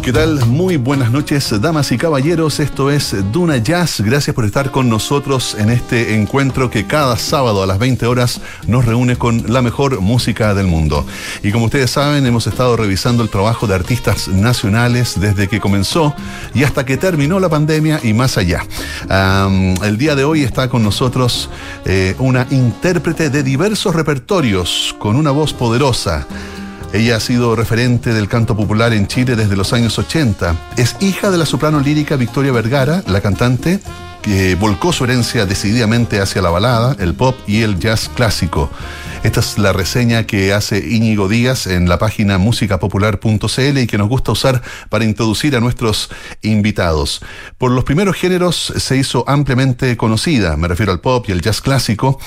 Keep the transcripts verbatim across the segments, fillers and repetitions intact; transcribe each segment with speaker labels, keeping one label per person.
Speaker 1: ¿Qué tal? Muy buenas noches, damas y caballeros. Esto es Duna Jazz. Gracias por estar con nosotros en este encuentro que cada sábado a las veinte horas nos reúne con la mejor música del mundo. Y como ustedes saben, hemos estado revisando el trabajo de artistas nacionales desde que comenzó y hasta que terminó la pandemia y más allá. Um, el día de hoy está con nosotros eh, una intérprete de diversos repertorios con una voz poderosa. Ella ha sido referente del canto popular en Chile desde los años ochenta. Es hija de la soprano lírica Victoria Vergara, la cantante que volcó su herencia decididamente hacia la balada, el pop y el jazz clásico. Esta es la reseña que hace Íñigo Díaz en la página música popular punto c l y que nos gusta usar para introducir a nuestros invitados. Por los primeros géneros se hizo ampliamente conocida, me refiero al pop y el jazz clásico,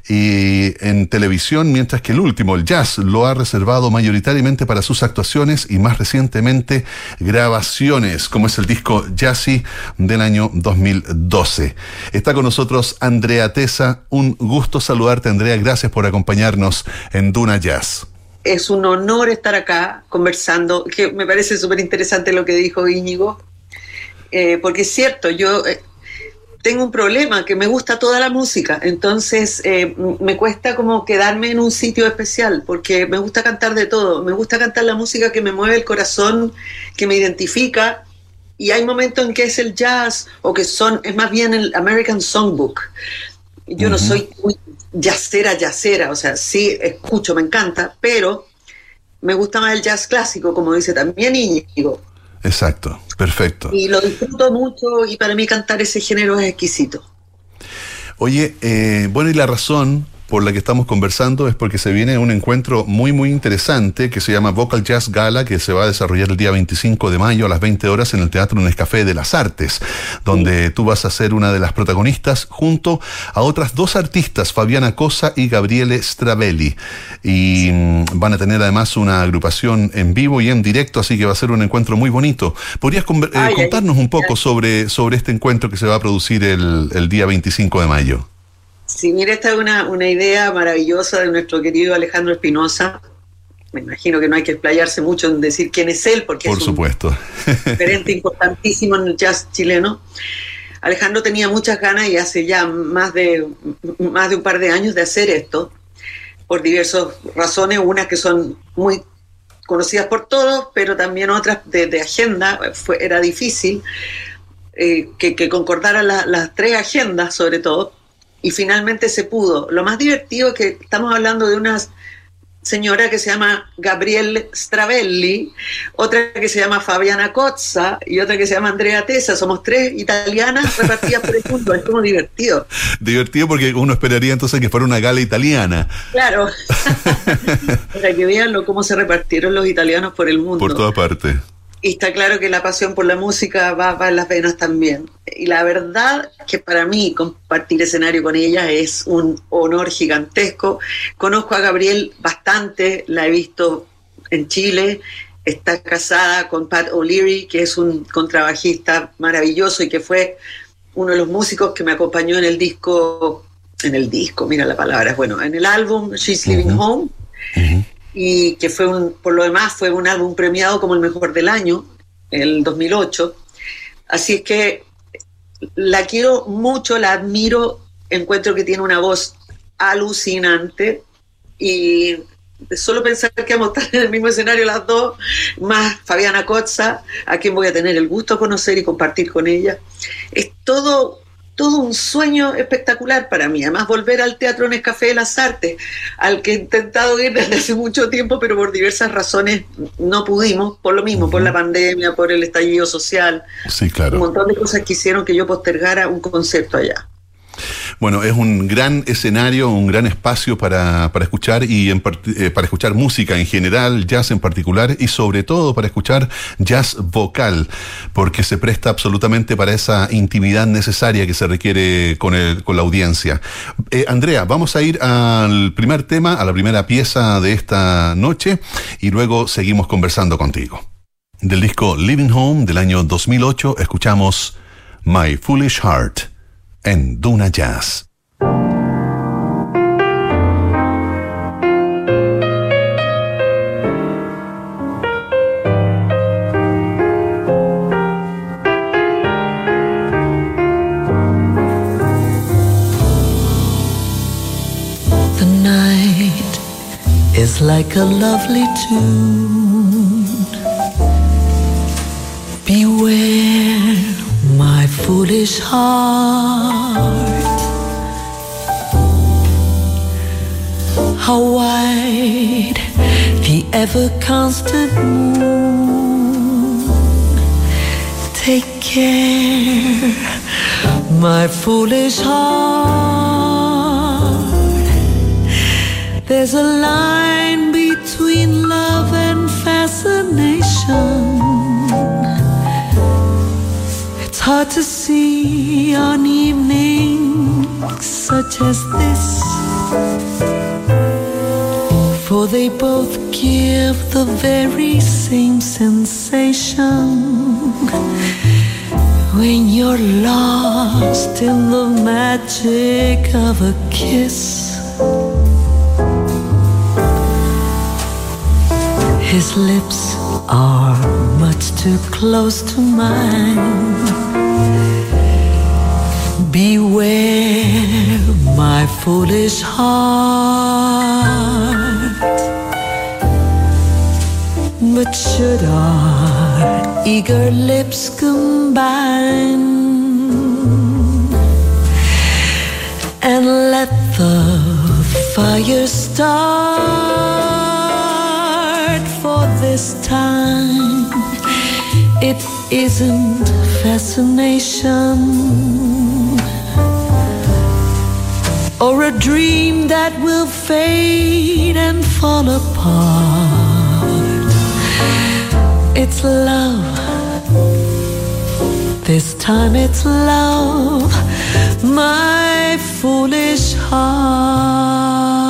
Speaker 1: y en televisión, mientras que el último, el jazz, lo ha reservado mayoritariamente para sus actuaciones y más recientemente grabaciones, como es el disco Jazzy del año dos mil doce. Está con nosotros Andrea Tesa. Un gusto saludarte, Andrea. Gracias por acompañarnos en Duna Jazz.
Speaker 2: Es un honor estar acá conversando, que me parece súper interesante lo que dijo Íñigo, eh, porque es cierto, yo eh, tengo un problema, que me gusta toda la música, entonces eh, me cuesta como quedarme en un sitio especial, porque me gusta cantar de todo, me gusta cantar la música que me mueve el corazón, que me identifica, y hay momentos en que es el jazz, o que son, es más bien el American Songbook. Yo uh-huh. no soy muy jazzera, jazzera, o sea, sí escucho, me encanta, pero me gusta más el jazz clásico, como dice también Íñigo.
Speaker 1: Exacto, perfecto.
Speaker 2: Y lo disfruto mucho y para mí cantar ese género es exquisito.
Speaker 1: Oye, eh, bueno, y la razón por la que estamos conversando es porque se viene un encuentro muy muy interesante que se llama Vocal Jazz Gala, que se va a desarrollar el día veinticinco de mayo a las veinte horas en el Teatro Nescafé de las Artes, donde sí. tú vas a ser una de las protagonistas junto a otras dos artistas, Fabiana Cosa y Gabriele Stravelli, y sí. van a tener además una agrupación en vivo y en directo, así que va a ser un encuentro muy bonito. ¿Podrías con, eh, ay, contarnos ay, un poco ay. sobre, sobre este encuentro que se va a producir el, el día veinticinco de mayo?
Speaker 2: Sí, mira, esta es una, una idea maravillosa de nuestro querido Alejandro Espinosa. Me imagino que no hay que explayarse mucho en decir quién es él, porque
Speaker 1: Por
Speaker 2: es
Speaker 1: supuesto.
Speaker 2: un referente importantísimo en el jazz chileno. Alejandro tenía muchas ganas y hace ya más de, más de un par de años de hacer esto, por diversas razones, unas que son muy conocidas por todos, pero también otras de, de agenda. Fue, era difícil eh, que, que concordaran la, las tres agendas, sobre todo. Y finalmente se pudo. Lo más divertido es que estamos hablando de una señora que se llama Gabriele Stravelli, otra que se llama Fabiana Cozza y otra que se llama Andrea Tesa. Somos tres italianas repartidas por el mundo. Es como divertido.
Speaker 1: Divertido porque uno esperaría entonces que fuera una gala italiana.
Speaker 2: Claro. Para que vean lo, cómo se repartieron los italianos por el mundo.
Speaker 1: Por toda parte.
Speaker 2: Y está claro que la pasión por la música va, va en las venas también. Y la verdad que para mí compartir escenario con ella es un honor gigantesco. Conozco a Gabriel bastante, la he visto en Chile. Está casada con Pat O'Leary, que es un contrabajista maravilloso y que fue uno de los músicos que me acompañó en el disco, en el disco, mira la palabra, bueno, en el álbum She's Living uh-huh. Home. Uh-huh. Y que fue un, por lo demás fue un álbum premiado como el mejor del año, el dos mil ocho. Así es que la quiero mucho, la admiro, encuentro que tiene una voz alucinante y solo pensar que vamos a estar en el mismo escenario las dos, más Fabiana Cozza, a quien voy a tener el gusto de conocer y compartir con ella. Es todo... todo un sueño espectacular para mí. Además, volver al Teatro Nescafé de las Artes, al que he intentado ir desde hace mucho tiempo, pero por diversas razones no pudimos, por lo mismo, uh-huh. por la pandemia, por el estallido social.
Speaker 1: Sí, claro.
Speaker 2: Un montón de cosas que hicieron que yo postergara un concierto allá.
Speaker 1: Bueno, es un gran escenario, un gran espacio para, para escuchar y en, eh, para escuchar música en general, jazz en particular y sobre todo para escuchar jazz vocal, porque se presta absolutamente para esa intimidad necesaria que se requiere con, el, con la audiencia. Eh, Andrea, vamos a ir al primer tema, a la primera pieza de esta noche y luego seguimos conversando contigo. Del disco Living Home del año dos mil ocho escuchamos My Foolish Heart en Duna Jazz.
Speaker 3: like a lovely tune. Beware, my foolish heart, how wide the ever-constant moon. Take care, my foolish heart. There's a line between love and fascination. It's hard to see on evenings such as this, for they both give the very same sensation. When you're lost in the magic of a kiss, his lips are much too close to mine. Beware, my foolish heart. But should our eager lips combine and let the fire start, for this time it isn't fascination or a dream that will fade and fall apart. It's love. This time it's love, my foolish heart.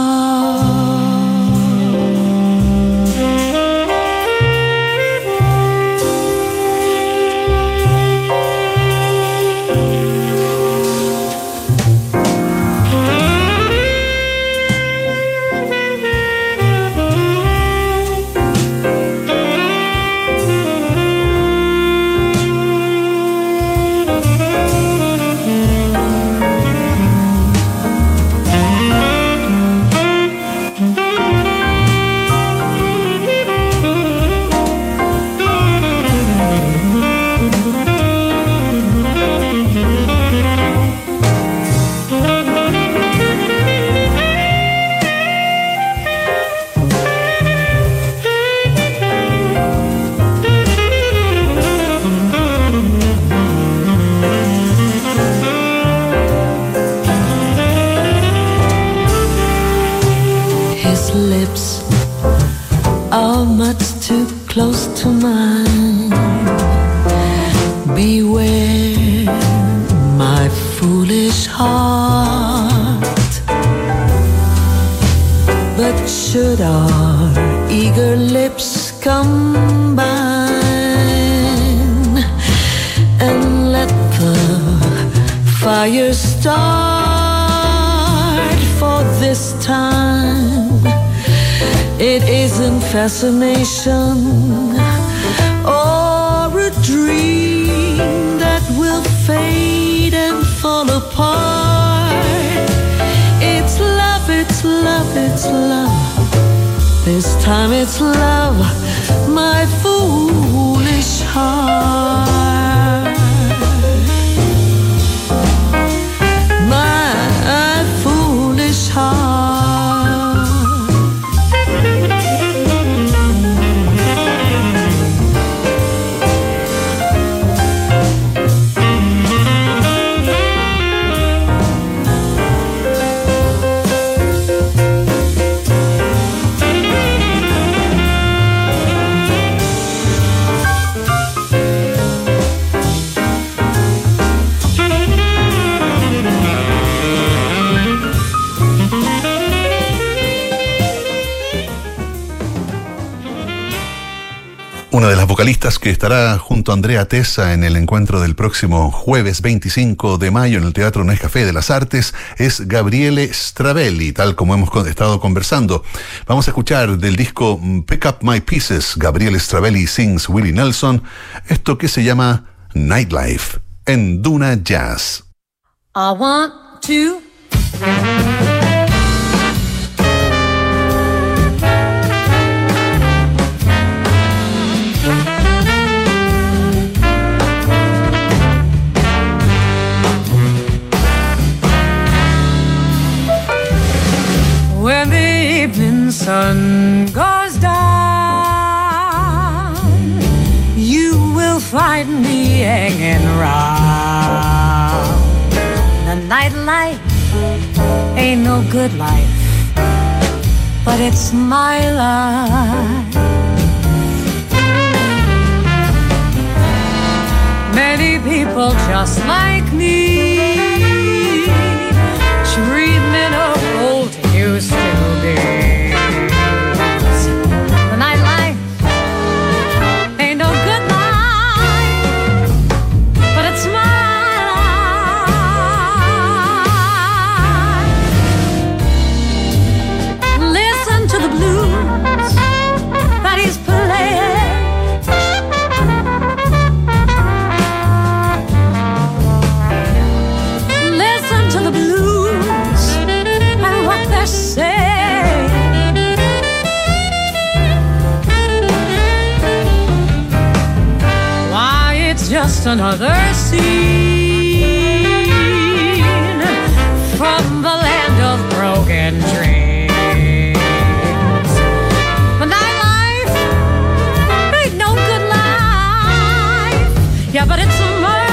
Speaker 3: Close to mine. Beware, my foolish heart. But should our eager lips combine and let the fire start, for this time it isn't fascination or a dream that will fade and fall apart. It's love, it's love, it's love. This time it's love, my foolish heart. My foolish heart.
Speaker 1: Una de las vocalistas que estará junto a Andrea Tessa en el encuentro del próximo jueves veinticinco de mayo en el Teatro Nescafé de las Artes es Gabriele Stravelli, tal como hemos estado conversando. Vamos a escuchar del disco Pick Up My Pieces, Gabriele Stravelli sings Willie Nelson, esto que se llama Nightlife, en Duna Jazz.
Speaker 4: I want to
Speaker 3: find me hanging round. The nightlife ain't no good life, but it's my life. Many people just like me, dreaming of old used to be. The nightlife ain't no good life, but it's my life. Listen to the blues that he's playing. Just another scene from the land of broken dreams. But nightlife ain't no good life. Yeah, but it's my life.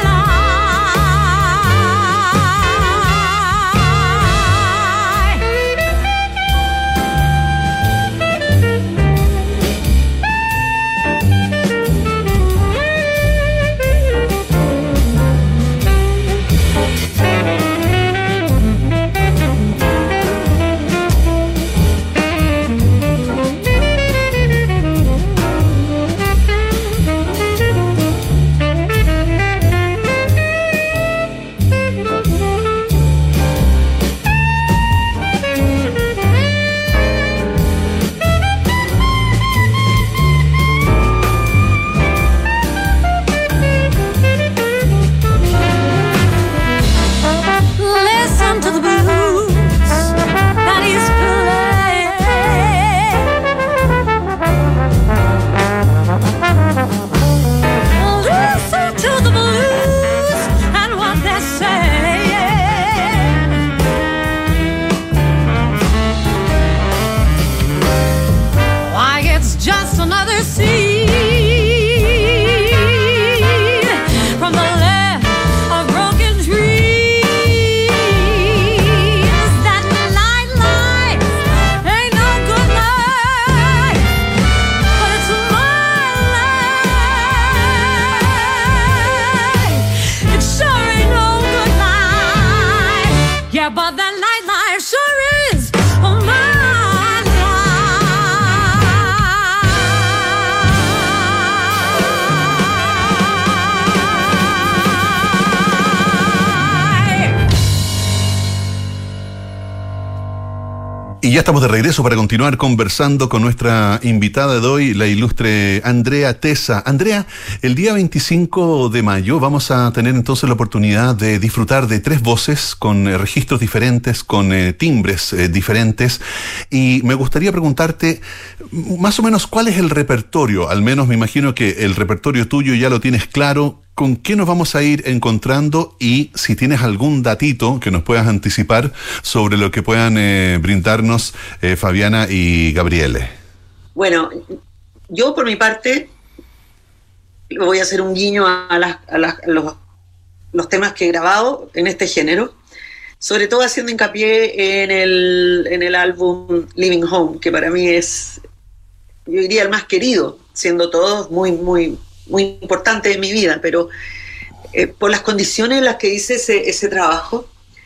Speaker 1: Y ya estamos de regreso para continuar conversando con nuestra invitada de hoy, la ilustre Andrea Tesa. Andrea, el día veinticinco de mayo vamos a tener entonces la oportunidad de disfrutar de tres voces con eh, registros diferentes, con eh, timbres eh, diferentes. Y me gustaría preguntarte más o menos cuál es el repertorio. Al menos me imagino que el repertorio tuyo ya lo tienes claro. ¿Con qué nos vamos a ir encontrando? Y si tienes algún datito que nos puedas anticipar sobre lo que puedan eh, brindarnos eh, Fabiana y Gabriele.
Speaker 2: Bueno, yo por mi parte voy a hacer un guiño a, las, a, las, a los, los temas que he grabado en este género, sobre todo haciendo hincapié en el, en el álbum Living Home, que para mí es, yo diría, el más querido, siendo todos muy, muy... muy importante en mi vida, pero eh, por las condiciones en las que hice ese, ese trabajo,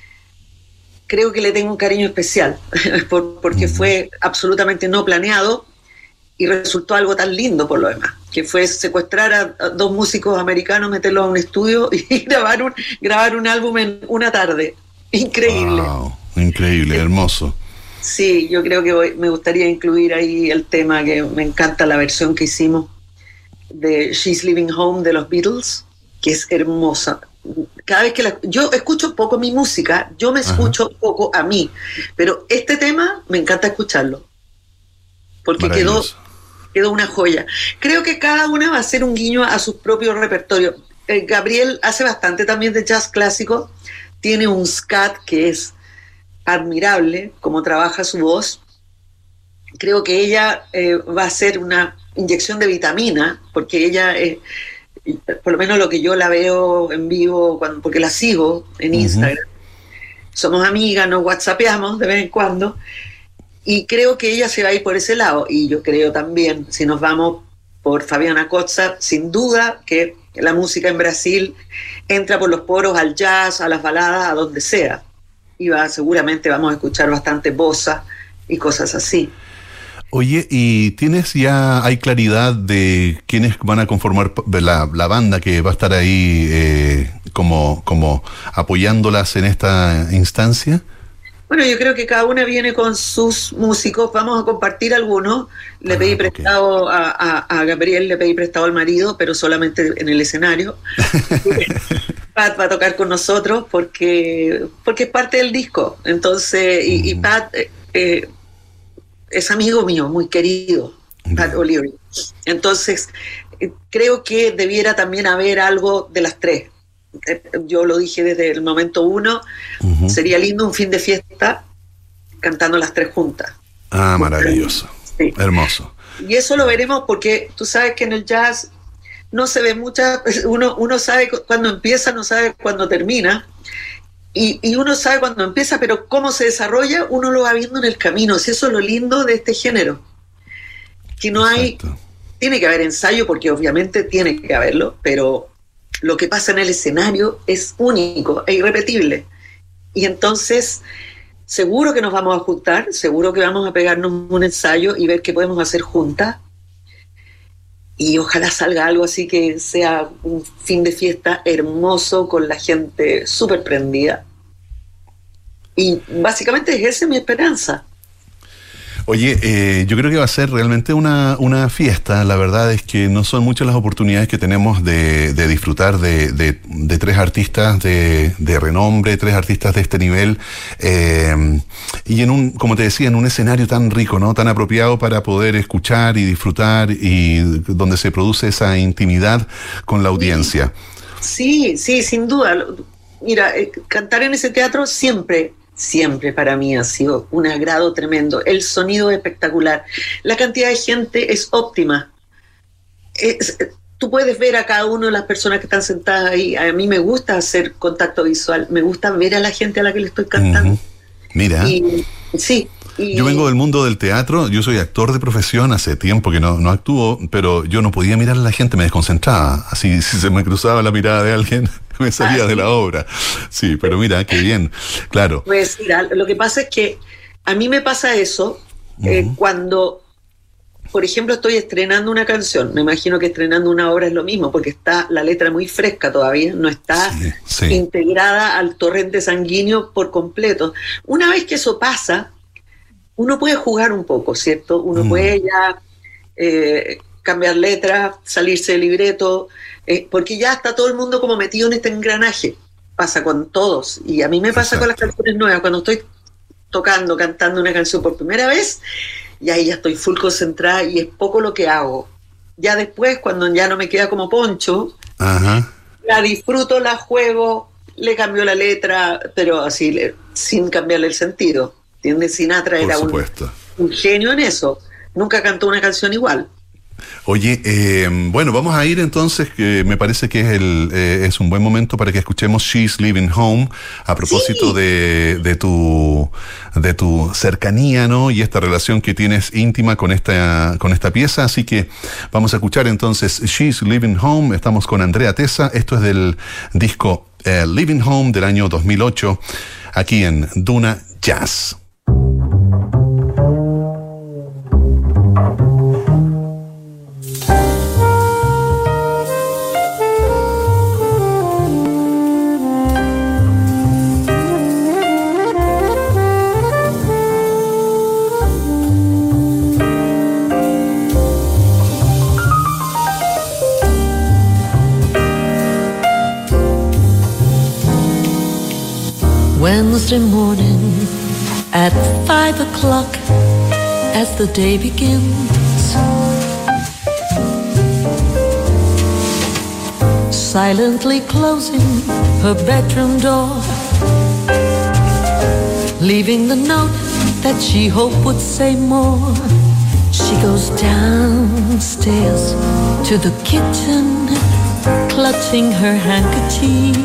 Speaker 2: creo que le tengo un cariño especial, por, porque fue absolutamente no planeado y resultó algo tan lindo por lo demás, que fue secuestrar a, a dos músicos americanos, meterlos a un estudio y grabar un, grabar un álbum en una tarde. Increíble.
Speaker 1: Wow, increíble, hermoso.
Speaker 2: Sí, yo creo que voy, me gustaría incluir ahí el tema, que me encanta la versión que hicimos de She's Living Home de los Beatles, que es hermosa. Cada vez que la, yo escucho poco mi música, yo me escucho Ajá. poco a mí, pero este tema me encanta escucharlo, porque quedó, quedó una joya. Creo que cada una va a ser un guiño a su propio repertorio. Eh, Gabriel hace bastante también de jazz clásico, tiene un scat que es admirable, como trabaja su voz. Creo que ella eh, va a ser una inyección de vitamina, porque ella eh, por lo menos lo que yo la veo en vivo, cuando, porque la sigo en Instagram. Uh-huh. Somos amigas, nos whatsappeamos de vez en cuando, y creo que ella se va a ir por ese lado, y yo creo también, si nos vamos por Fabiana Costa, sin duda que la música en Brasil entra por los poros al jazz, a las baladas, a donde sea, y va, seguramente vamos a escuchar bastante bossa y cosas así.
Speaker 1: Oye, ¿y tienes ya, hay claridad de quiénes van a conformar la, la banda que va a estar ahí eh, como, como apoyándolas en esta instancia?
Speaker 2: Bueno, yo creo que cada una viene con sus músicos, vamos a compartir algunos. Le ah, pedí prestado okay. a, a, a Gabriel, le pedí prestado al marido, pero solamente en el escenario. Pat va a tocar con nosotros porque, porque es parte del disco. Entonces, y, mm. y Pat... Eh, es amigo mío, muy querido, Pat O'Leary. Entonces, eh, creo que debiera también haber algo de las tres. Eh, yo lo dije desde el momento uno, uh-huh. Sería lindo un fin de fiesta cantando las tres juntas.
Speaker 1: Ah, maravilloso, sí. Hermoso.
Speaker 2: Y eso lo veremos porque tú sabes que en el jazz no se ve mucha, uno, uno sabe cuándo empieza, no sabe cuándo termina. Y, y uno sabe cuándo empieza, pero cómo se desarrolla, uno lo va viendo en el camino. Si eso es lo lindo de este género. Que no Exacto. hay... Tiene que haber ensayo, porque obviamente tiene que haberlo, pero lo que pasa en el escenario es único e irrepetible. Y entonces, seguro que nos vamos a juntar, seguro que vamos a pegarnos un ensayo y ver qué podemos hacer juntas. Y ojalá salga algo así que sea un fin de fiesta hermoso, con la gente súper prendida. Y básicamente es esa mi esperanza.
Speaker 1: Oye, eh, yo creo que va a ser realmente una, una fiesta. La verdad es que no son muchas las oportunidades que tenemos de, de disfrutar de, de, de tres artistas de, de renombre, tres artistas de este nivel, eh, y en un, como te decía, en un escenario tan rico, ¿no? Tan apropiado para poder escuchar y disfrutar, y donde se produce esa intimidad con la audiencia.
Speaker 2: Sí, sí, sin duda. Mira, eh, cantar en ese teatro siempre... Siempre para mí ha sido un agrado tremendo. El sonido es espectacular. La cantidad de gente es óptima. Es, tú puedes ver a cada una de las personas que están sentadas ahí. A mí me gusta hacer contacto visual. Me gusta ver a la gente a la que le estoy cantando.
Speaker 1: Uh-huh. Mira.
Speaker 2: Y, sí. Y...
Speaker 1: Yo vengo del mundo del teatro, yo soy actor de profesión, hace tiempo que no, no actúo, pero yo no podía mirar a la gente, me desconcentraba. Así, si se me cruzaba la mirada de alguien, me salía ah, de la obra. Sí, pero mira, qué bien, claro.
Speaker 2: Pues mira, lo que pasa es que a mí me pasa eso uh-huh. eh, cuando, por ejemplo, estoy estrenando una canción. Me imagino que estrenando una obra es lo mismo, porque está la letra muy fresca todavía, no está sí, sí. integrada al torrente sanguíneo por completo. Una vez que eso pasa, uno puede jugar un poco, ¿cierto? Uno mm. puede ya eh, cambiar letras, salirse del libreto, eh, porque ya está todo el mundo como metido en este engranaje. Pasa con todos. Y a mí me pasa Exacto. con las canciones nuevas. Cuando estoy tocando, cantando una canción por primera vez, y ahí ya estoy full concentrada y es poco lo que hago. Ya después, cuando ya no me queda como poncho,
Speaker 1: Ajá.
Speaker 2: la disfruto, la juego, le cambio la letra, pero así, le, sin cambiarle el sentido. ¿Entiendes? Sinatra era un, un genio en eso. Nunca cantó una canción igual.
Speaker 1: Oye, eh, bueno, vamos a ir entonces, que me parece que es el eh, es un buen momento para que escuchemos She's Leaving Home, a propósito sí. de, de tu de tu cercanía, ¿no? Y esta relación que tienes íntima con esta con esta pieza, así que vamos a escuchar entonces She's Leaving Home. Estamos con Andrea Tessa, esto es del disco eh, Living Home del año dos mil ocho, aquí en Duna Jazz.
Speaker 3: Wednesday morning at five o'clock as the day begins, silently closing her bedroom door, leaving the note that she hoped would say more. She goes downstairs to the kitchen, clutching her handkerchief,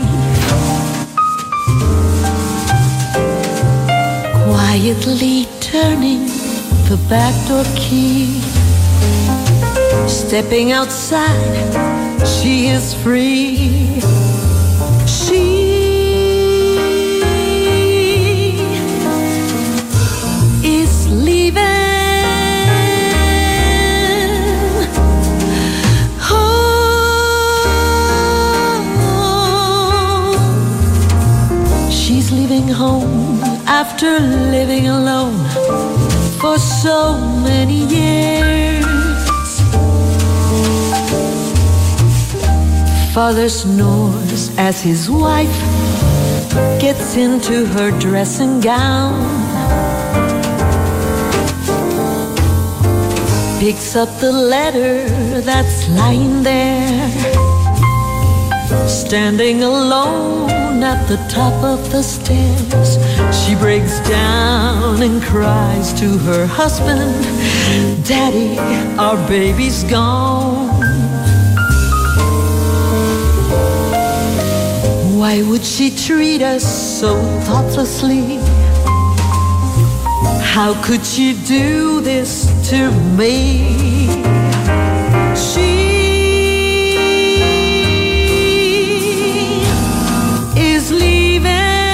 Speaker 3: quietly turning the back door key. Stepping outside, she is free. She is leaving. She's leaving home after living alone for so many years. Father snores as his wife gets into her dressing gown, picks up the letter that's lying there. Standing alone at the top of the stairs, she breaks down and cries to her husband, "Daddy, our baby's gone." Why would she treat us so thoughtlessly? How could she do this to me? She is leaving.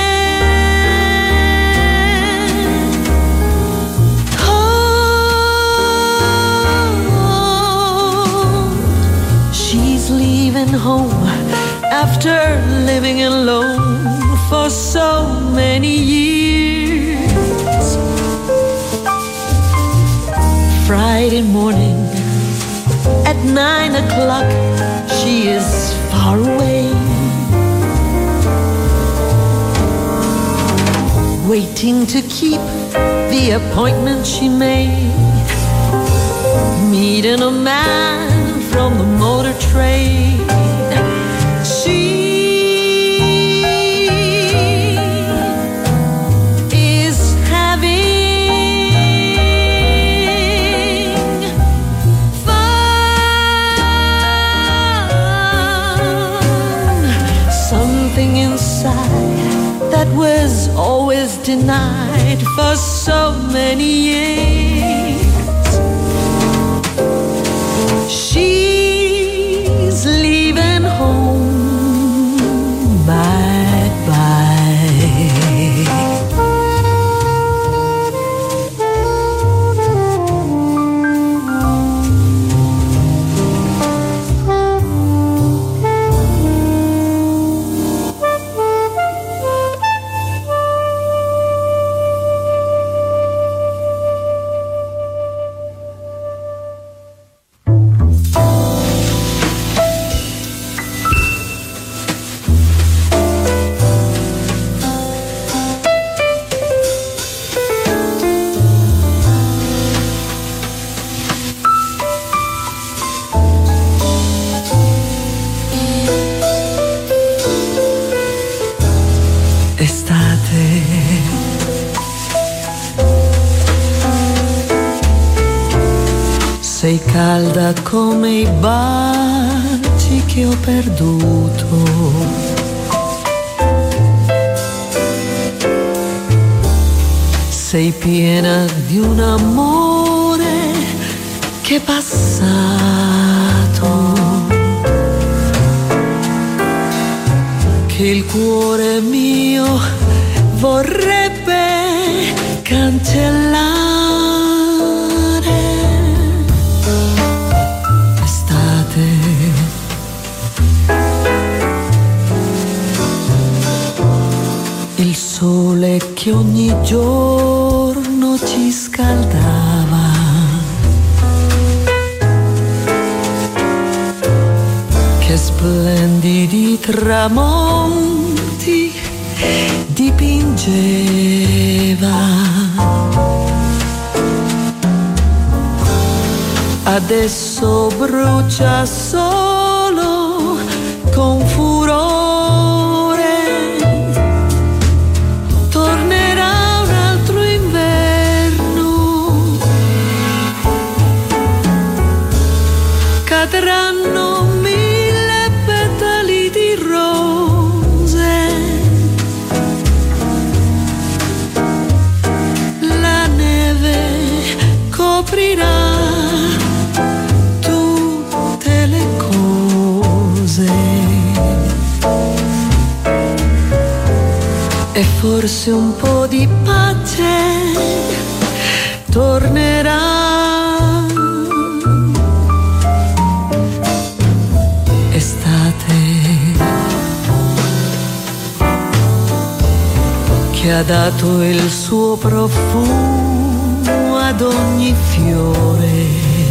Speaker 3: Oh, she's leaving home after living alone for so many years. Friday morning at nine o'clock, she is far away, waiting to keep the appointment she made, meeting a man from the motor trade. She is having fun. Something inside that was always denied for so many years. She's leaving home. Sei calda come i baci che ho perduto. Sei piena di un amore che è passato, che il cuore mio vorrebbe cancellare. Il sole che ogni giorno ci scaldava, che splendidi tramonti dipingeva. Adesso brucia solo con furore. Cadranno mille E forse un po' di pace tornerà. Estate che ha dato il suo profumo ad ogni fiore.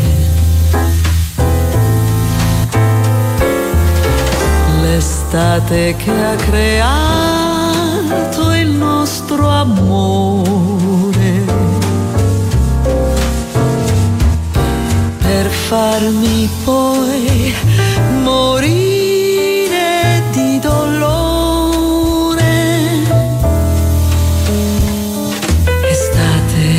Speaker 3: L'estate che ha creato il nostro amore per farmi poi morire di dolore. Estate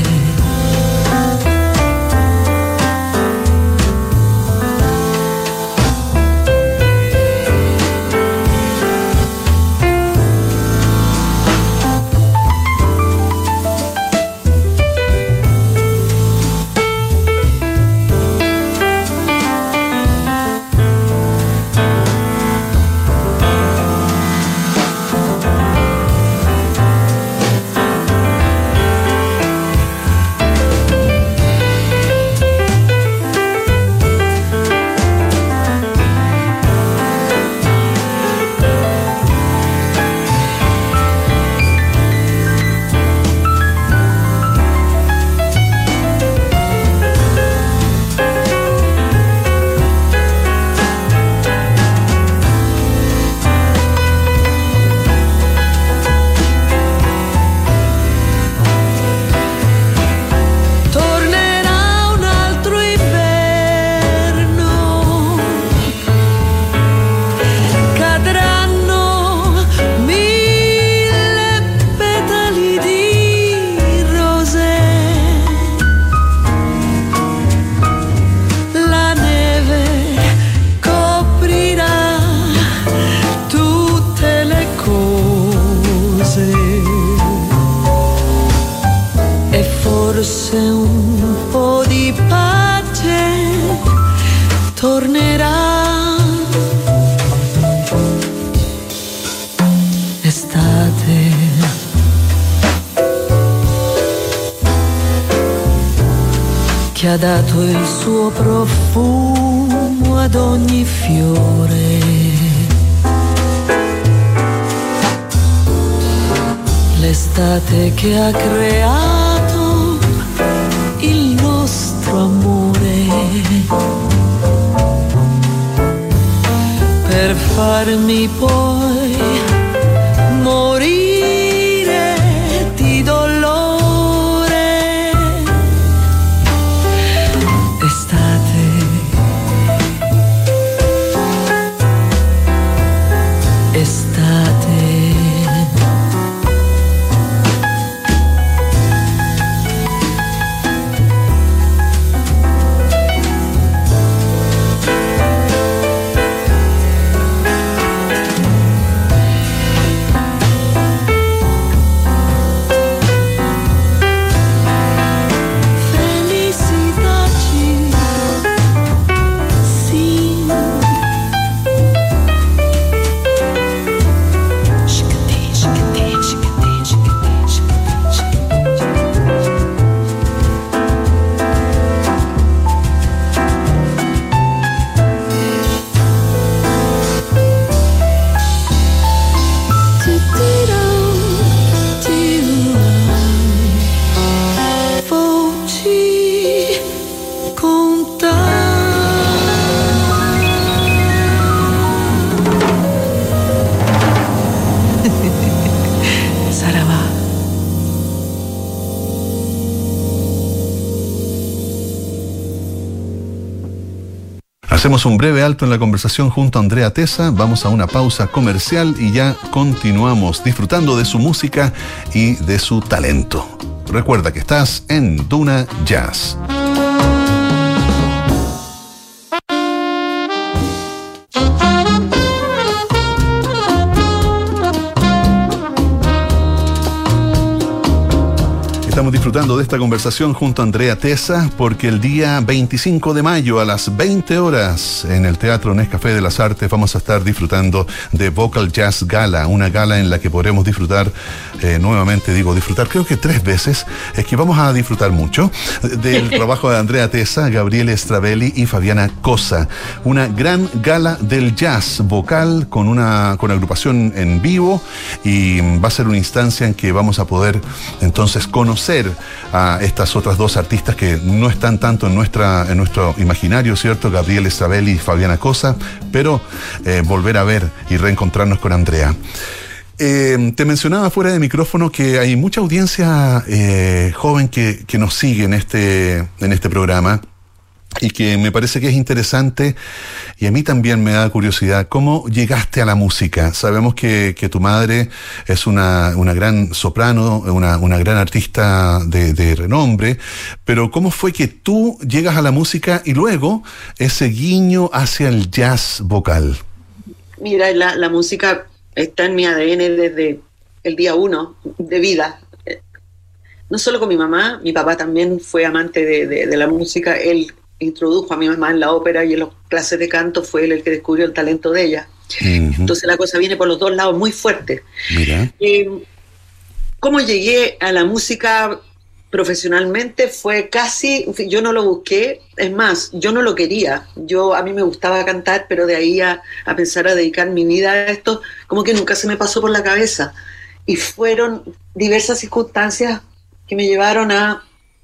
Speaker 3: forse un po' di pace tornerà. Estate che ha dato il suo profumo ad ogni fiore. L'estate che ha creato il nostro amore per farmi poi morire di dolore. Estate estate
Speaker 1: Hacemos un breve alto en la conversación junto a Andrea Tesa, vamos a una pausa comercial y ya continuamos disfrutando de su música y de su talento. Recuerda que estás en Duna Jazz. Estamos disfrutando de esta conversación junto a Andrea Tesa, porque el día veinticinco de mayo a las veinte horas en el Teatro Nescafé de las Artes vamos a estar disfrutando de Vocal Jazz Gala, una gala en la que podremos disfrutar, eh, nuevamente digo disfrutar, creo que tres veces, es que vamos a disfrutar mucho del trabajo de Andrea Tesa, Gabriele Stravelli y Fabiana Cosa. Una gran gala del jazz vocal con una con agrupación en vivo, y va a ser una instancia en que vamos a poder entonces conocer a estas otras dos artistas que no están tanto en nuestra en nuestro imaginario, ¿cierto? Gabriele Stravelli y Fabiana Cosa, pero eh, volver a ver y reencontrarnos con Andrea. Eh, te mencionaba fuera de micrófono que hay mucha audiencia eh, joven que, que nos sigue en este, en este programa, y que me parece que es interesante, y a mí también me da curiosidad, ¿cómo llegaste a la música? Sabemos que, que tu madre es una, una gran soprano, una, una gran artista de, de renombre, pero ¿cómo fue que tú llegas a la música y luego ese guiño hacia el jazz vocal?
Speaker 2: Mira, la, la música está en mi A D N desde el día uno de vida. No solo con mi mamá, mi papá también fue amante de, de, de la música. Él introdujo a mi mamá en la ópera y en las clases de canto fue él el que descubrió el talento de ella. Uh-huh. Entonces la cosa viene por los dos lados muy fuerte.
Speaker 1: Mira.
Speaker 2: Eh, ¿Cómo llegué a la música profesionalmente? Fue casi, yo no lo busqué, es más, yo no lo quería. Yo, a mí me gustaba cantar, pero de ahí a, a pensar a dedicar mi vida a esto, como que nunca se me pasó por la cabeza. Y fueron diversas circunstancias que me llevaron a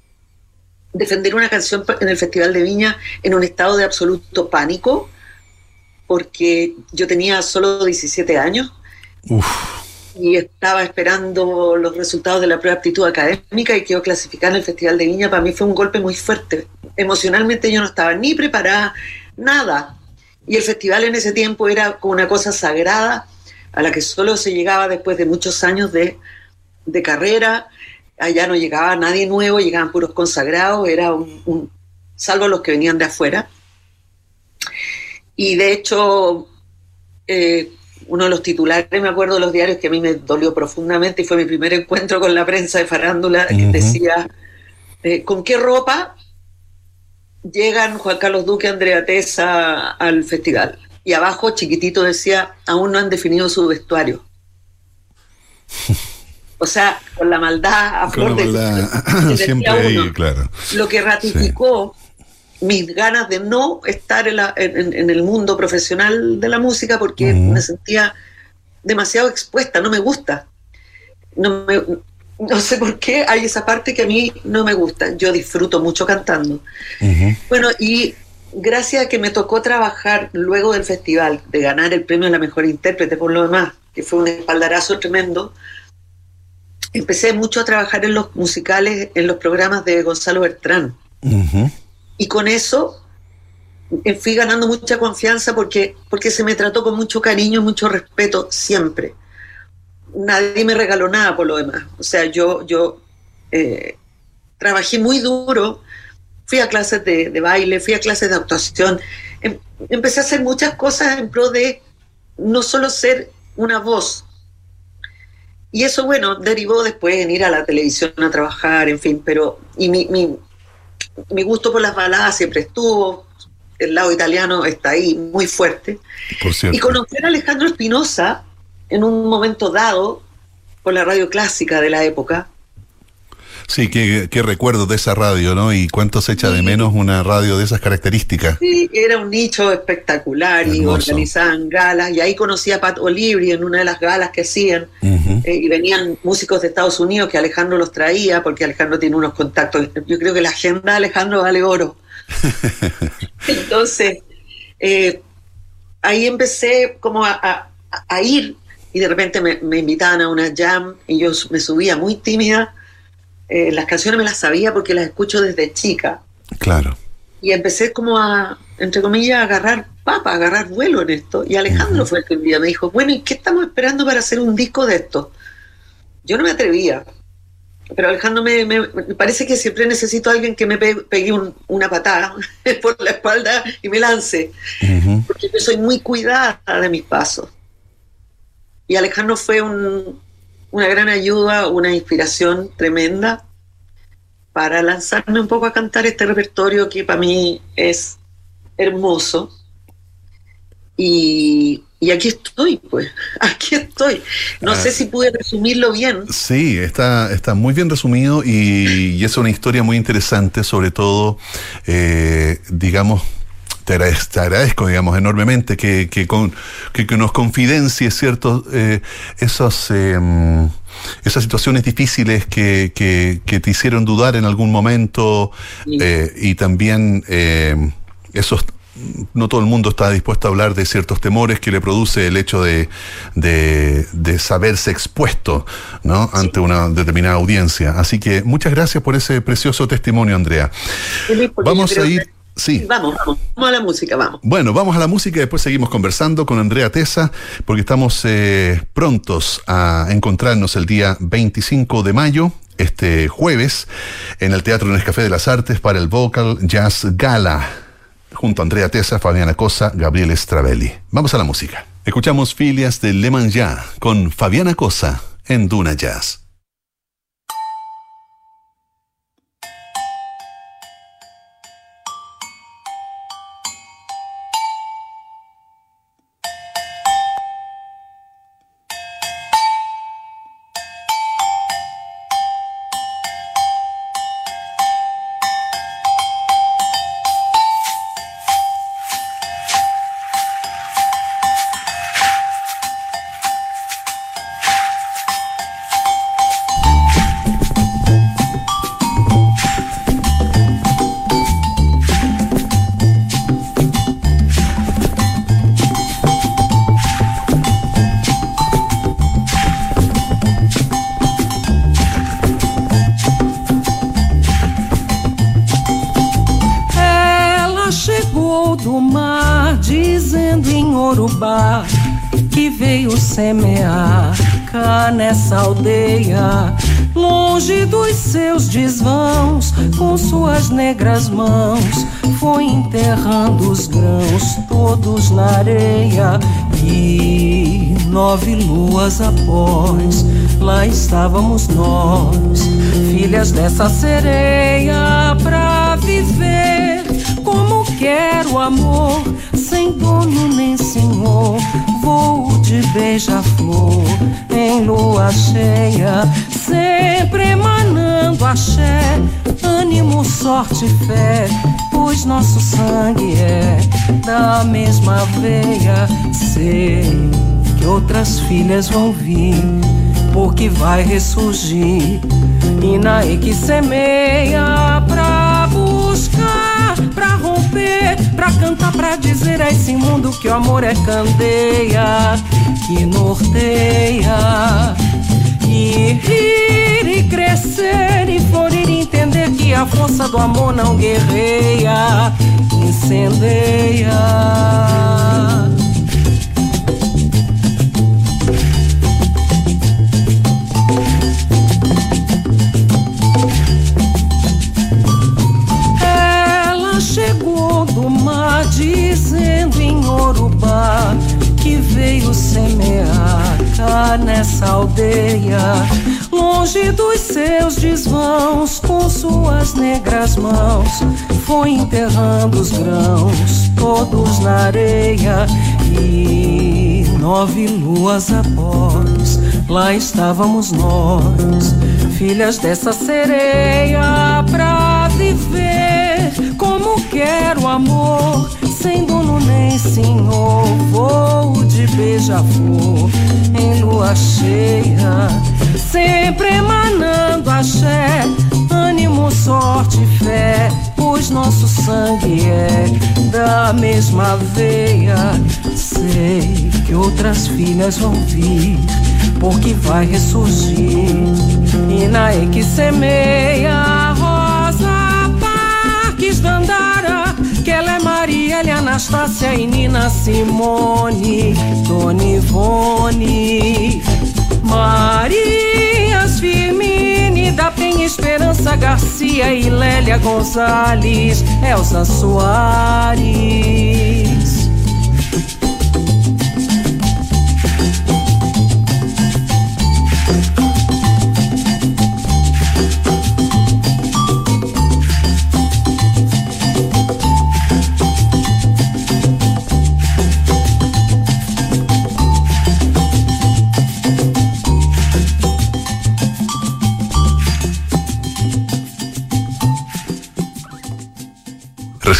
Speaker 2: defender una canción en el Festival de Viña en un estado de absoluto pánico, porque yo tenía solo diecisiete años.
Speaker 1: Uf.
Speaker 2: Y estaba esperando los resultados de la prueba de aptitud académica y quedó clasificada en el Festival de Viña. Para mí fue un golpe muy fuerte. Emocionalmente yo no estaba ni preparada, nada. Y el festival en ese tiempo era como una cosa sagrada a la que solo se llegaba después de muchos años de, de carrera. Allá no llegaba nadie nuevo, llegaban puros consagrados, era un, un, salvo los que venían de afuera. Y de hecho, eh, uno de los titulares, me acuerdo de los diarios, que a mí me dolió profundamente, y fue mi primer encuentro con la prensa de farándula, uh-huh. que decía, eh, ¿con qué ropa llegan Juan Carlos Duque y Andrea Tesa al festival? Y abajo, chiquitito, decía, aún no han definido su vestuario. O sea, con la maldad a flor de
Speaker 1: piel. Siempre ahí, claro.
Speaker 2: Lo que ratificó sí. mis ganas de no estar en, la, en, en el mundo profesional de la música, porque uh-huh. me sentía demasiado expuesta, no me gusta. No, me, no sé por qué hay esa parte que a mí no me gusta. Yo disfruto mucho cantando. Uh-huh. Bueno, y gracias a que me tocó trabajar luego del festival, de ganar el premio a la mejor intérprete por lo demás, que fue un espaldarazo tremendo, empecé mucho a trabajar en los musicales, en los programas de Gonzalo Bertrán. Uh-huh. Y con eso fui ganando mucha confianza porque, porque se me trató con mucho cariño y mucho respeto siempre. Nadie me regaló nada por lo demás. O sea, yo, yo eh, trabajé muy duro, fui a clases de, de baile, fui a clases de actuación. Em, empecé a hacer muchas cosas en pro de no solo ser una voz. Y eso, bueno, derivó después en ir a la televisión a trabajar, en fin, pero y mi, mi, mi gusto por las baladas siempre estuvo, el lado italiano está ahí muy fuerte.
Speaker 1: Por cierto.
Speaker 2: Y conocer a Alejandro Espinosa en un momento dado, por la radio clásica de la época.
Speaker 1: Sí, qué, qué recuerdo de esa radio, ¿no? Y cuánto se echa sí. de menos una radio de esas características.
Speaker 2: Sí, era un nicho espectacular. Hermoso. Y organizaban galas, y ahí conocí a Pat O'Leary en una de las galas que hacían, uh-huh. eh, y venían músicos de Estados Unidos que Alejandro los traía, porque Alejandro tiene unos contactos. Yo creo que la agenda de Alejandro vale oro. Entonces, eh, ahí empecé como a, a, a ir, y de repente me, me invitaban a una jam, y yo me subía muy tímida. Eh, las canciones me las sabía porque las escucho desde chica.
Speaker 1: Claro.
Speaker 2: Y empecé como a, entre comillas, a agarrar papa, a agarrar vuelo en esto. Y Alejandro uh-huh. fue el que un día me dijo, bueno, ¿y qué estamos esperando para hacer un disco de esto? Yo no me atrevía. Pero Alejandro me, me, me parece que siempre necesito a alguien que me pegue, pegue un, una patada por la espalda y me lance. Uh-huh. Porque yo soy muy cuidada de mis pasos. Y Alejandro fue un... una gran ayuda, una inspiración tremenda. para lanzarme un poco a cantar este repertorio que para mí es hermoso. Y, y aquí estoy, pues, aquí estoy. No ah, sé si pude resumirlo bien.
Speaker 1: Sí, está, está muy bien resumido y, y es una historia muy interesante, sobre todo, eh, digamos, te agradezco, te agradezco, digamos, enormemente que, que, con, que, que nos confidencies, ¿cierto? Eh, esos... Eh, esas situaciones difíciles que, que, que te hicieron dudar en algún momento, sí. eh, y también eh, esos, no todo el mundo está dispuesto a hablar de ciertos temores que le produce el hecho de, de, de saberse expuesto, ¿no? Sí. Ante una determinada audiencia. Así que muchas gracias por ese precioso testimonio, Andrea.
Speaker 2: Sí,
Speaker 1: vamos a ir...
Speaker 2: Que... Sí. Vamos, vamos, vamos a la música, vamos.
Speaker 1: Bueno, vamos a la música y después seguimos conversando con Andrea Tesa, porque estamos eh, prontos a encontrarnos el día veinticinco de mayo, este jueves, en el Teatro Nescafé de las Artes para el Vocal Jazz Gala, junto a Andrea Tesa, Fabiana Cosa, Gabriel Stravelli. Vamos a la música. Escuchamos Filias de Le Manja con Fabiana Cosa en Duna Jazz.
Speaker 4: Semear cá nessa aldeia, longe dos seus desvãos, com suas negras mãos, foi enterrando os grãos todos na areia. E nove luas após, lá estávamos nós, filhas dessa sereia, pra viver como quer o amor, sem dono nem senhor. Voo de beija-flor em lua cheia, sempre emanando axé, ânimo, sorte e fé, pois nosso sangue é da mesma veia. Sei que outras filhas vão vir, porque vai ressurgir Inaê que semeia pra buscar, pra romper, pra cantar, pra dizer a esse mundo que o amor é candeia que norteia. E rir e crescer e florir e entender que a força do amor não guerreia, incendeia. Dizendo em Yorubá que veio semear cá nessa aldeia, longe dos seus desvãos, com suas negras mãos, foi enterrando os grãos todos na areia. E nove luas após, lá estávamos nós, filhas dessa sereia, pra viver como quer o amor, sem dono nem senhor. Voo de beija-flor em lua cheia, sempre emanando axé, ânimo, sorte e fé, pois nosso sangue é da mesma veia. Sei que outras filhas vão vir, porque vai ressurgir Inaê que semeia a rosa, Parques Dandara, que ela é Maria, ela é Anastácia e Nina Simone, Dona Ivone, Marias Firmine, da Penha Esperança Garcia e Lélia Gonzalez, Elza Soares.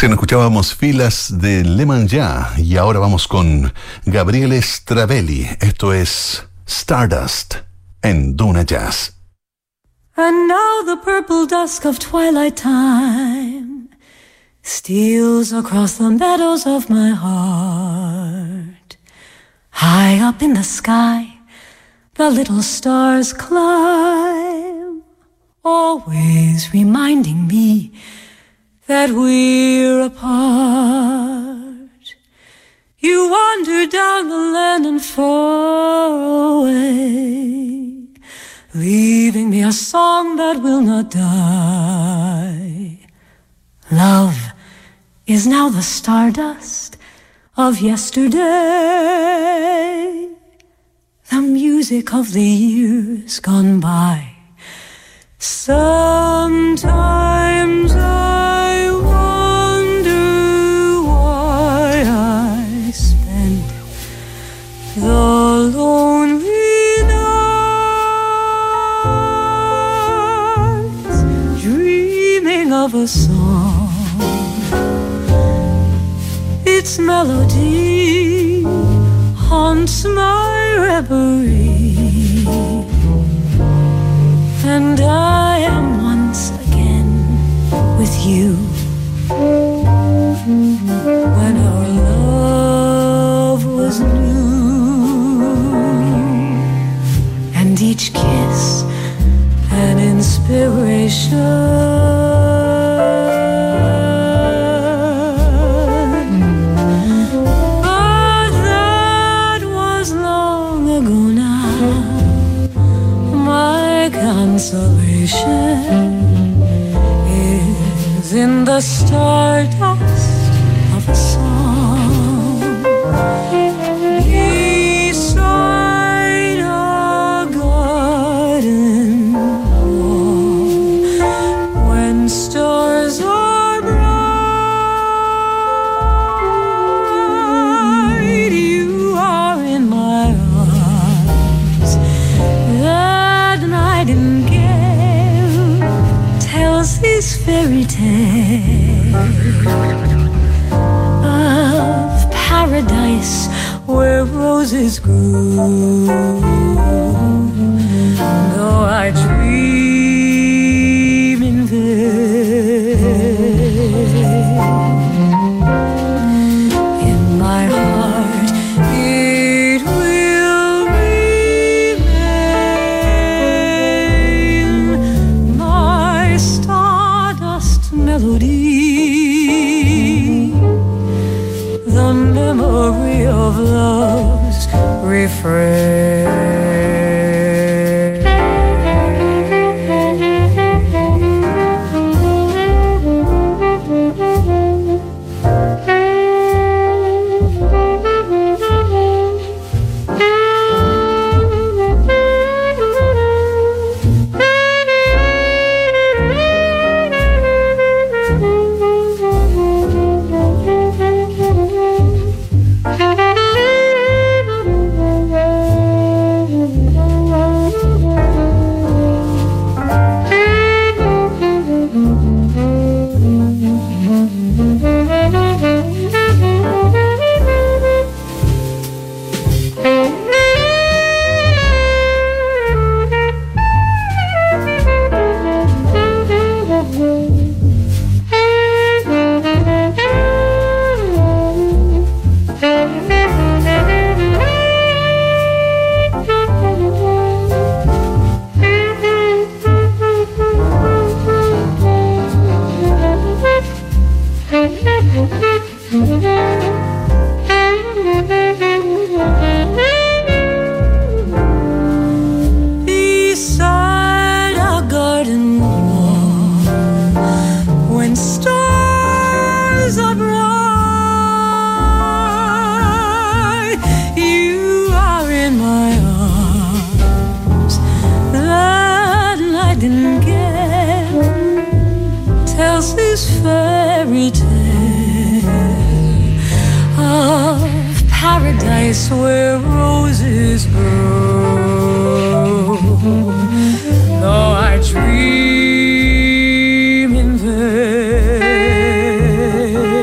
Speaker 1: Recién escuchábamos Filas de Lemanja y ahora vamos con Gabriele Stravelli. Esto es Stardust en Duna Jazz.
Speaker 3: And now the purple dusk of twilight time steals across the meadows of my heart. High up in the sky, the little stars climb, always reminding me that we're apart. You wander down the land and far away, leaving me a song that will not die. Love is now the stardust of yesterday, the music of the years gone by. Sometimes I wonder why I spend the lonely nights dreaming of a song. Its melody haunts my reverie, and I am once again with you. When our love was new, and each kiss an inspiration. Consolation is in the stardust of a song beside a garden wall. When stars are bright, you are in my arms. That night in these fairy tales of paradise where roses grew. Though I dream in vain, in my heart it will remain my melody, the memory of love's refrain. Paradise where roses grow. Though I dream in vain.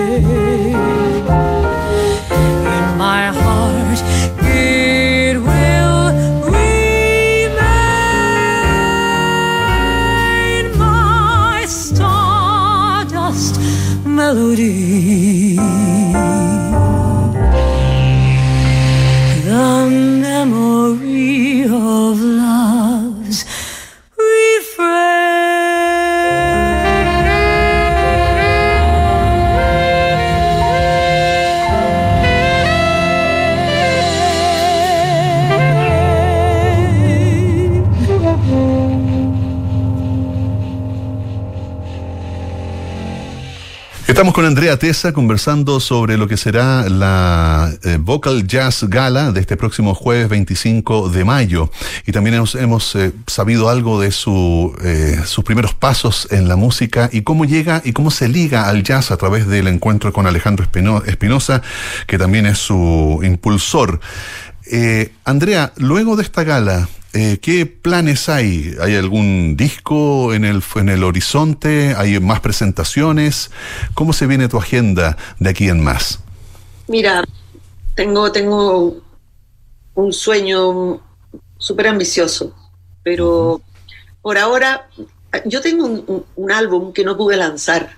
Speaker 1: Estamos con Andrea Tesa conversando sobre lo que será la eh, Vocal Jazz Gala de este próximo jueves veinticinco de mayo. Y también hemos, hemos eh, sabido algo de su, eh, sus primeros pasos en la música y cómo llega y cómo se liga al jazz a través del encuentro con Alejandro Espino- Espinosa, que también es su impulsor. Eh, Andrea, luego de esta gala, Eh, ¿qué planes hay? ¿Hay algún disco en el, en el horizonte? ¿Hay más presentaciones? ¿Cómo se viene tu agenda de aquí en más?
Speaker 2: Mira, tengo, tengo un sueño súper ambicioso, pero uh-huh. por ahora yo tengo un, un, un álbum que no pude lanzar.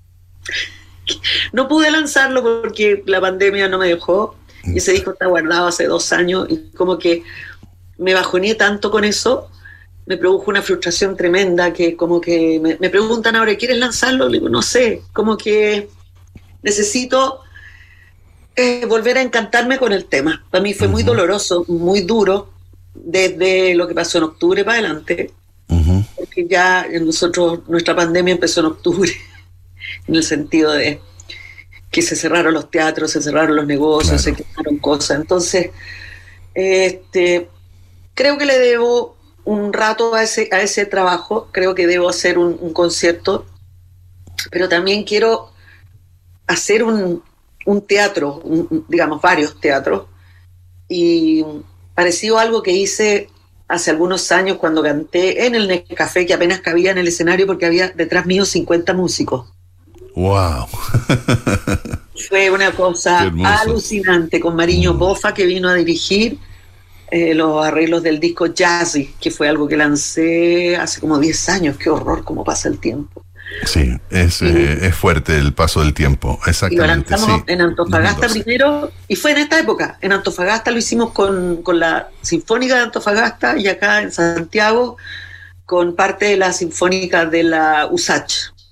Speaker 2: No pude lanzarlo porque la pandemia no me dejó, y ese disco está guardado hace dos años y como que me bajoneé tanto con eso, me produjo una frustración tremenda que como que me, me preguntan ahora, ¿quieres lanzarlo? Le digo, no sé, como que necesito eh, volver a encantarme con el tema. Para mí fue uh-huh. muy doloroso, muy duro, desde lo que pasó en octubre para adelante, uh-huh. porque ya nosotros, nuestra pandemia empezó en octubre, en el sentido de que se cerraron los teatros, se cerraron los negocios, claro. se quemaron cosas. Entonces, este... creo que le debo un rato a ese, a ese trabajo, creo que debo hacer un, un concierto, pero también quiero hacer un, un teatro, un, digamos varios teatros, y parecido a algo que hice hace algunos años cuando canté en el Nescafé, que apenas cabía en el escenario porque había detrás mío cincuenta músicos. ¡Wow! Fue una cosa alucinante, con Mariño mm. Bofa, que vino a dirigir Eh, los arreglos del disco Jazzy, que fue algo que lancé hace como diez años. Qué horror cómo pasa el tiempo.
Speaker 1: Sí, es, y, eh, es fuerte el paso del tiempo, exactamente. Y lo
Speaker 2: lanzamos
Speaker 1: sí.
Speaker 2: en Antofagasta primero, y fue en esta época. En Antofagasta lo hicimos con, con la Sinfónica de Antofagasta, y acá en Santiago con parte de la Sinfónica de la U S A C H.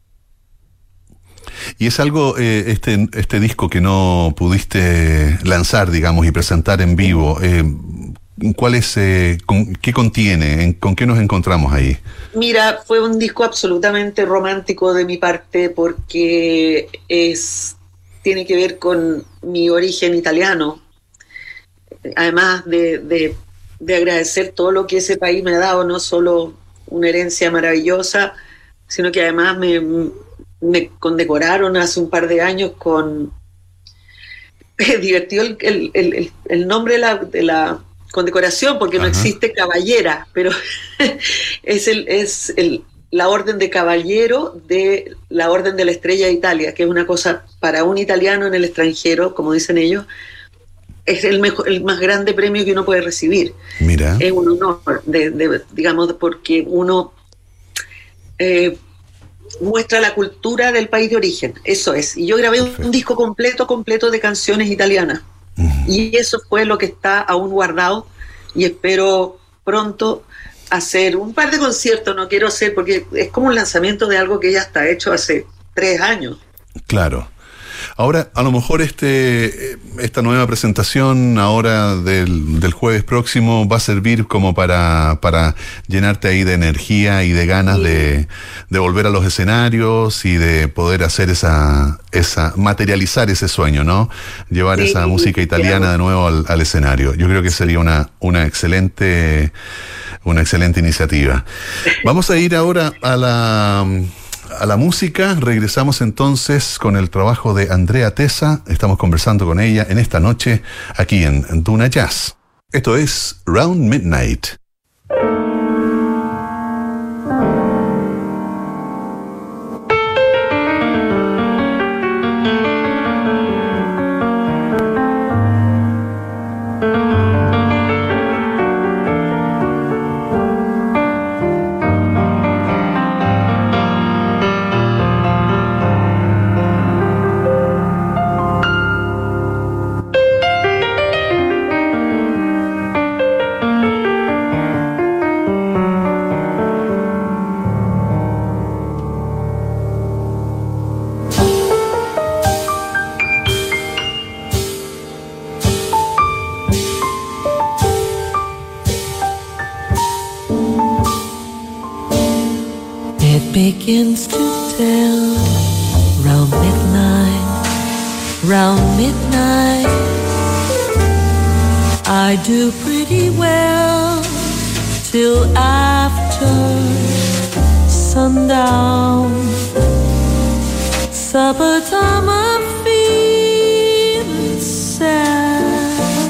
Speaker 1: Y es algo, eh, este, este disco que no pudiste lanzar, digamos, y presentar en vivo, eh, ¿cuál es, eh, con, qué contiene? ¿Con qué nos encontramos ahí?
Speaker 2: Mira, fue un disco absolutamente romántico de mi parte porque es, tiene que ver con mi origen italiano, además de, de, de agradecer todo lo que ese país me ha dado, no solo una herencia maravillosa, sino que además me... me condecoraron hace un par de años con... Me divertió el, el, el, el nombre de la, de la condecoración, porque Ajá. no existe caballera, pero es, el, es el, la orden de caballero de la Orden de la Estrella de Italia, que es una cosa para un italiano en el extranjero, como dicen ellos, es el, mejor, el más grande premio que uno puede recibir.
Speaker 1: Mira.
Speaker 2: Es un honor, de, de, digamos, porque uno... Eh, muestra la cultura del país de origen, eso es. Y yo grabé Perfecto. un disco completo, completo de canciones italianas. Uh-huh. Y eso fue lo que está aún guardado, y espero pronto hacer un par de conciertos, no quiero hacer, porque es como un lanzamiento de algo que ya está hecho hace tres años.
Speaker 1: Claro. Ahora, a lo mejor este esta nueva presentación ahora del, del jueves próximo va a servir como para, para llenarte ahí de energía y de ganas sí. de, de volver a los escenarios y de poder hacer esa, esa materializar ese sueño, ¿no? Llevar sí, esa música italiana sí. de nuevo al, al escenario. Yo creo que sería una, una excelente, una excelente iniciativa. Vamos a ir ahora a la... a la música. Regresamos entonces con el trabajo de Andrea Tesa. Estamos conversando con ella en esta noche aquí en Duna Jazz. Esto es Round Midnight.
Speaker 3: Begins to tell round round midnight. I do pretty well till after sundown. Supper time I'm feeling sad,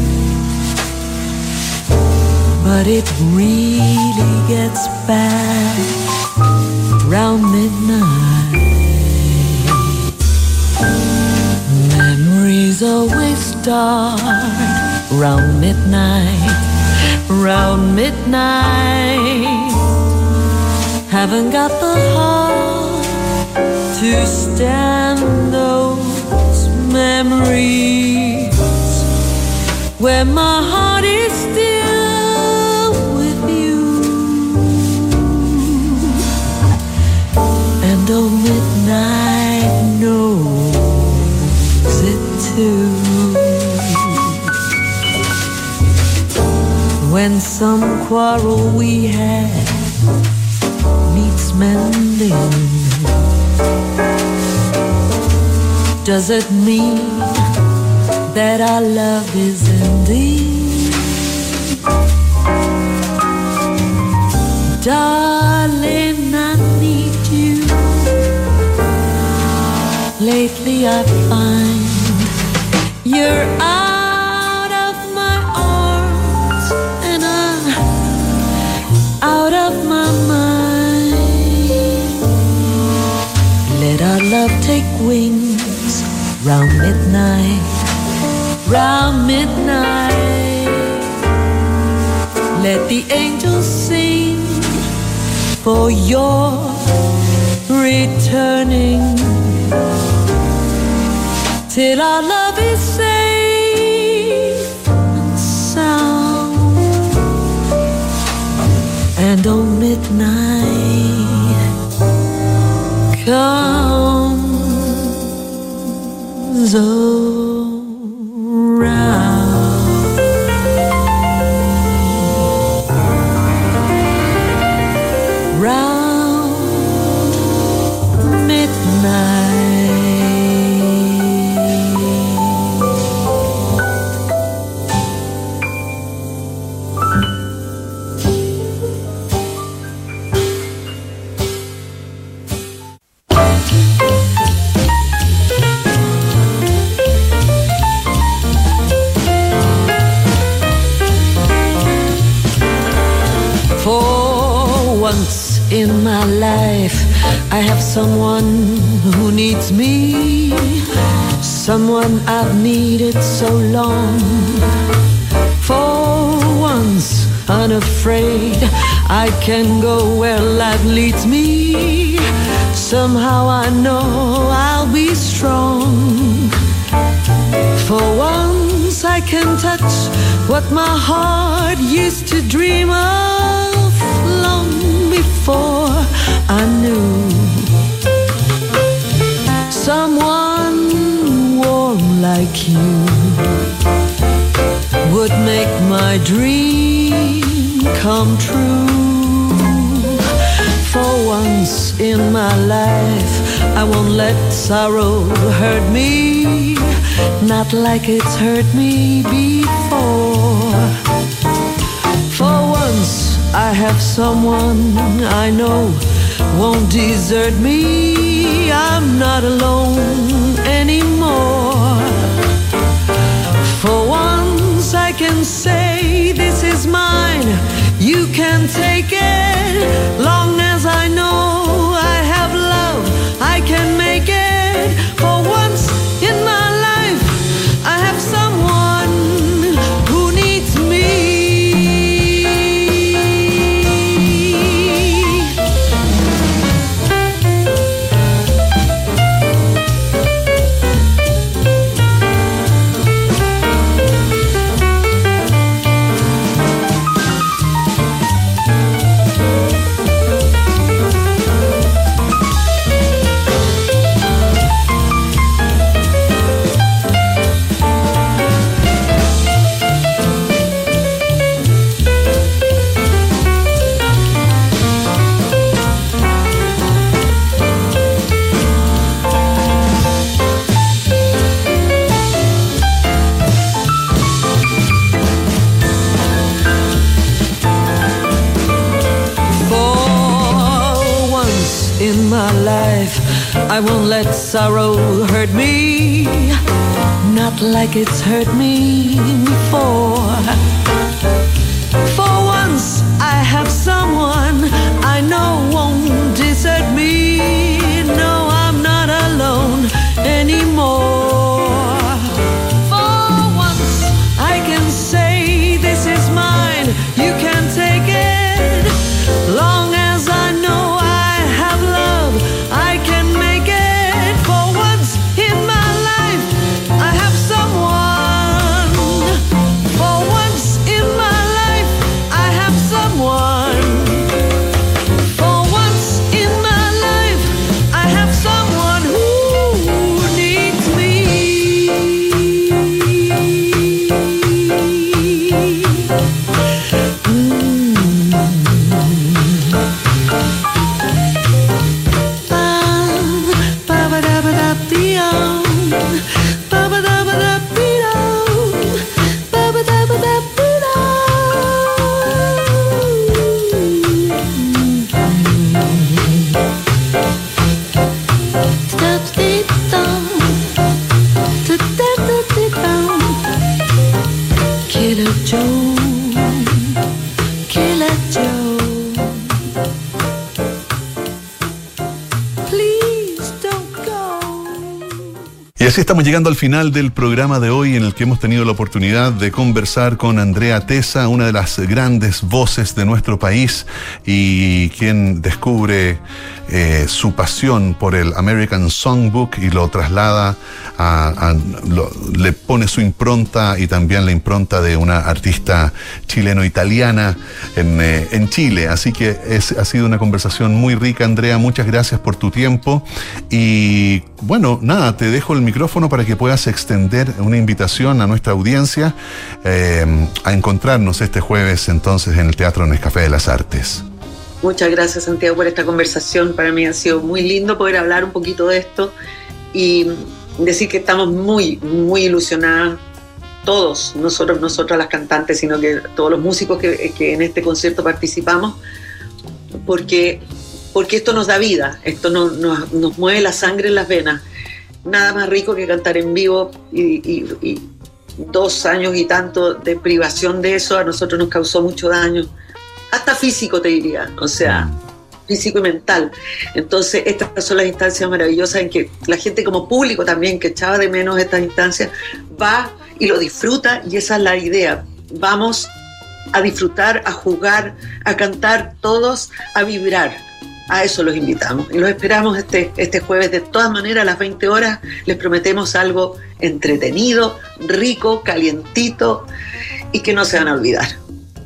Speaker 3: but it really gets bad round midnight. Memories always start round midnight, round midnight. Haven't got the heart to stand those memories where my heart is still with you. And oh, midnight knows it too. When some quarrel we had needs mending, does it mean that our love is ending? Darling, I need you. Lately I find you're out of my arms and I'm out of my mind. Let our love take wings round midnight, round midnight. Let the angels sing for your returning, till our love is safe and sound. And oh, midnight comes around. Round midnight. In my life, I have someone who needs me, someone I've needed so long. For once, unafraid, I can go where life leads me. Somehow I know I'll be strong. For once, I can touch what my heart used to dream of long before I knew. Someone warm like you would make my dream come true. For once in my life, I won't let sorrow hurt me, not like it's hurt me before. For once I have someone I know won't desert me. I'm not alone anymore. For once I can say this is mine. You can take it. Long as I know I have love, I can make it. For once in my life, I have someone who needs me. I won't let sorrow hurt me, not like it's hurt me before. For once I have someone I know won't desert me. No, I'm not alone anymore. For once I can say this is mine, you can take it. Long as I know I have love, I can make it. For once in my life I have someone. For once in my life I have someone. For once in my life I have someone who needs me. Killer Joe, Killer Joe, please don't go.
Speaker 1: Y así estamos llegando al final del programa de hoy, en el que hemos tenido la oportunidad de conversar con Andrea Tesa, una de las grandes voces de nuestro país y quien descubre eh, su pasión por el American Songbook y lo traslada a, a lo, le pone su impronta y también la impronta de una artista chileno-italiana en, eh, en Chile. Así que es, ha sido una conversación muy rica, Andrea. Muchas gracias por tu tiempo y bueno, nada, te dejo el micrófono para que puedas extender una invitación a nuestra audiencia eh, a encontrarnos este jueves entonces en el Teatro Nescafé de las Artes.
Speaker 2: Muchas gracias, Santiago, por esta conversación. Para mí ha sido muy lindo poder hablar un poquito de esto y decir que estamos muy, muy ilusionadas, todos, nosotros, nosotras las cantantes, sino que todos los músicos que, que en este concierto participamos, porque, porque esto nos da vida, esto nos, nos, nos mueve la sangre en las venas. Nada más rico que cantar en vivo y, y, y dos años y tanto de privación de eso a nosotros nos causó mucho daño, hasta físico te diría, o sea, físico y mental. Entonces estas son las instancias maravillosas en que la gente como público también, que echaba de menos estas instancias, va y lo disfruta, y esa es la idea. Vamos a disfrutar, a jugar, a cantar todos, a vibrar. A eso los invitamos y los esperamos este, este jueves. De todas maneras, a las veinte horas les prometemos algo entretenido, rico, calientito y que no se van a olvidar.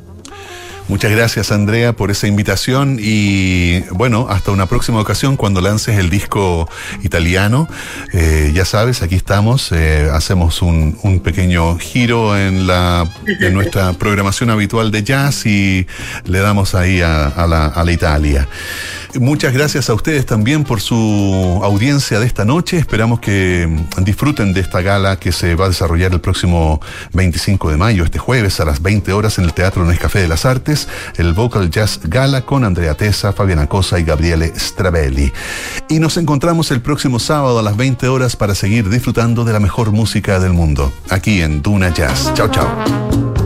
Speaker 1: Muchas gracias, Andrea, por esa invitación y bueno, hasta una próxima ocasión cuando lances el disco italiano. Eh, ya sabes, aquí estamos, eh, hacemos un, un pequeño giro en, la, en nuestra programación habitual de jazz y le damos ahí a, a, la, a la Italia. Muchas gracias a ustedes también por su audiencia de esta noche. Esperamos que disfruten de esta gala que se va a desarrollar el próximo veinticinco de mayo, este jueves a las veinte horas en el Teatro Nescafé de las Artes, el Vocal Jazz Gala con Andrea Tesa, Fabiana Cosa y Gabriele Stravelli. Y nos encontramos el próximo sábado a las veinte horas para seguir disfrutando de la mejor música del mundo, aquí en Duna Jazz. Chao, chao.